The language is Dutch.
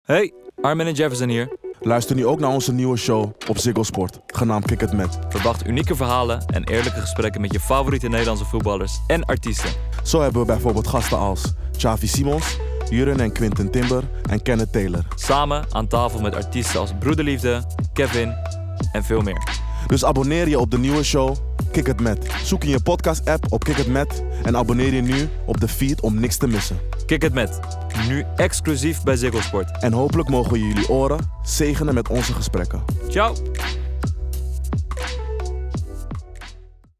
Hey, Armin en Jefferson hier. Luister nu ook naar onze nieuwe show op Ziggo Sport, genaamd Kick It Met. Verwacht unieke verhalen en eerlijke gesprekken met je favoriete Nederlandse voetballers en artiesten. Zo hebben we bijvoorbeeld gasten als Xavi Simons, Juren en Quinten Timber en Kenneth Taylor. Samen aan tafel met artiesten als Broederliefde, Kevin en veel meer. Dus abonneer je op de nieuwe show Kick It Met. Zoek in je podcast-app op Kick It Met en abonneer je nu op de feed om niks te missen. Kick It Met, nu exclusief bij Ziggo Sport. En hopelijk mogen we jullie oren zegenen met onze gesprekken. Ciao!